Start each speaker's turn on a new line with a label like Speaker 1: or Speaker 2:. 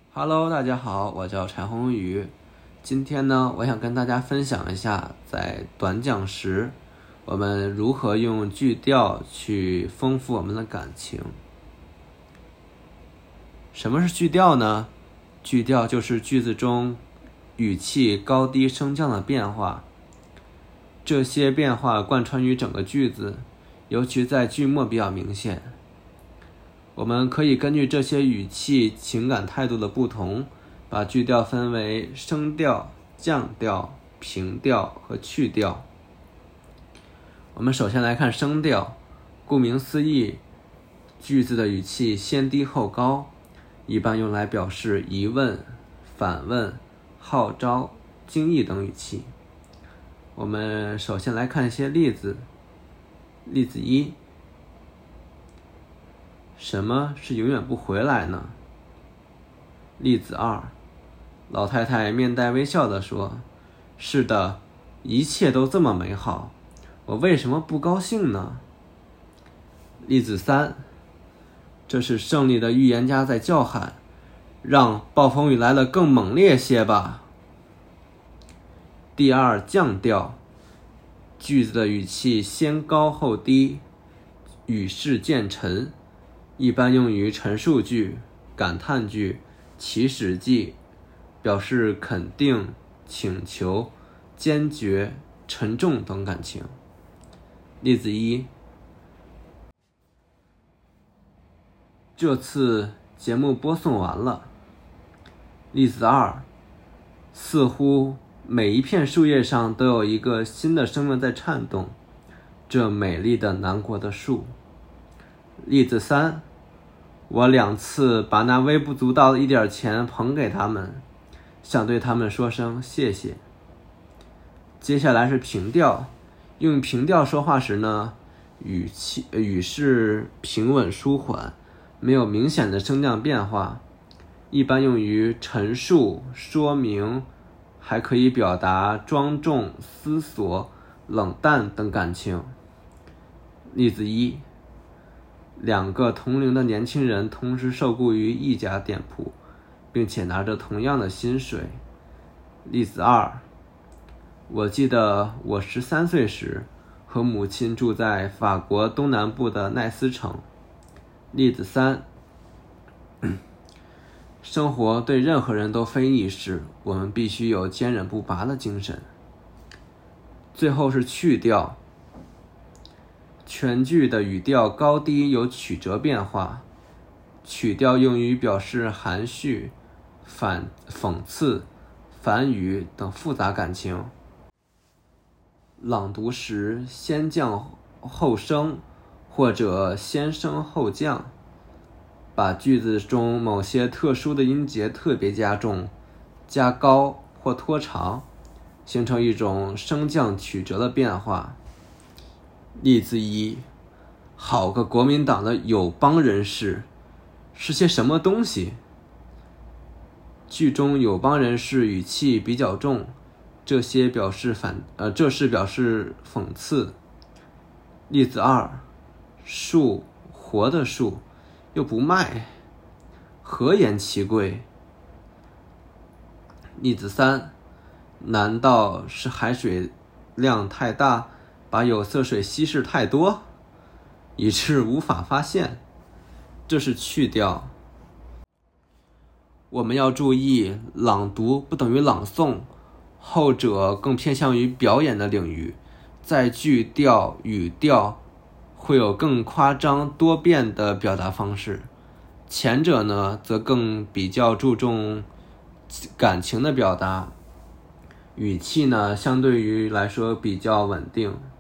Speaker 1: Hello， 大家好，我叫柴宏宇。今天呢，我想跟大家分享一下，在短讲时，我们如何用句调去丰富我们的感情。什么是句调呢？句调就是句子中语气高低升降的变化，这些变化贯穿于整个句子，尤其在句末比较明显。我们可以根据这些语气、情感态度的不同，把句调分为升调、降调、平调和去调。我们首先来看升调，顾名思义，句子的语气先低后高，一般用来表示疑问、反问、号召、惊异等语气。我们首先来看一些例子。例子一：什么是永远不回来呢？例子二：老太太面带微笑地说，是的，一切都这么美好，我为什么不高兴呢？例子三：这是胜利的预言家在叫喊，让暴风雨来得更猛烈些吧。第二，降调，句子的语气先高后低，语势渐沉，一般用于陈述句、感叹句、祈使句，表示肯定、请求、坚决、沉重等感情。例子一：这次节目播送完了。例子二：似乎每一片树叶上都有一个新的生命在颤动，这美丽的南国的树。例子三：我2次把那微不足道的一点钱捧给他们，想对他们说声谢谢。接下来是平调，用平调说话时呢，语势平稳舒缓，没有明显的升降变化，一般用于陈述、说明，还可以表达庄重、思索、冷淡等感情。例子一：2个同龄的年轻人同时受雇于一家店铺，并且拿着同样的薪水。例子二：我记得我13岁时，和母亲住在法国东南部的奈斯城。例子三：生活对任何人都非易事，我们必须有坚韧不拔的精神。最后是去调，全句的语调高低有曲折变化，曲调用于表示含蓄、讽刺、反语等复杂感情。朗读时先降后升，或者先升后降，把句子中某些特殊的音节特别加重、加高或拖长，形成一种升降曲折的变化。例子一：好个国民党的友邦人士，是些什么东西？句中友邦人士语气比较重，这是表示讽刺。例子二：树，活的树，又不卖，何言其贵？例子三：难道是海水量太大，把有色水稀释太多，以致无法发现？这是去调。我们要注意，朗读不等于朗诵，后者更偏向于表演的领域，在句调、语调会有更夸张多变的表达方式，前者呢则更比较注重感情的表达，语气呢相对于来说比较稳定。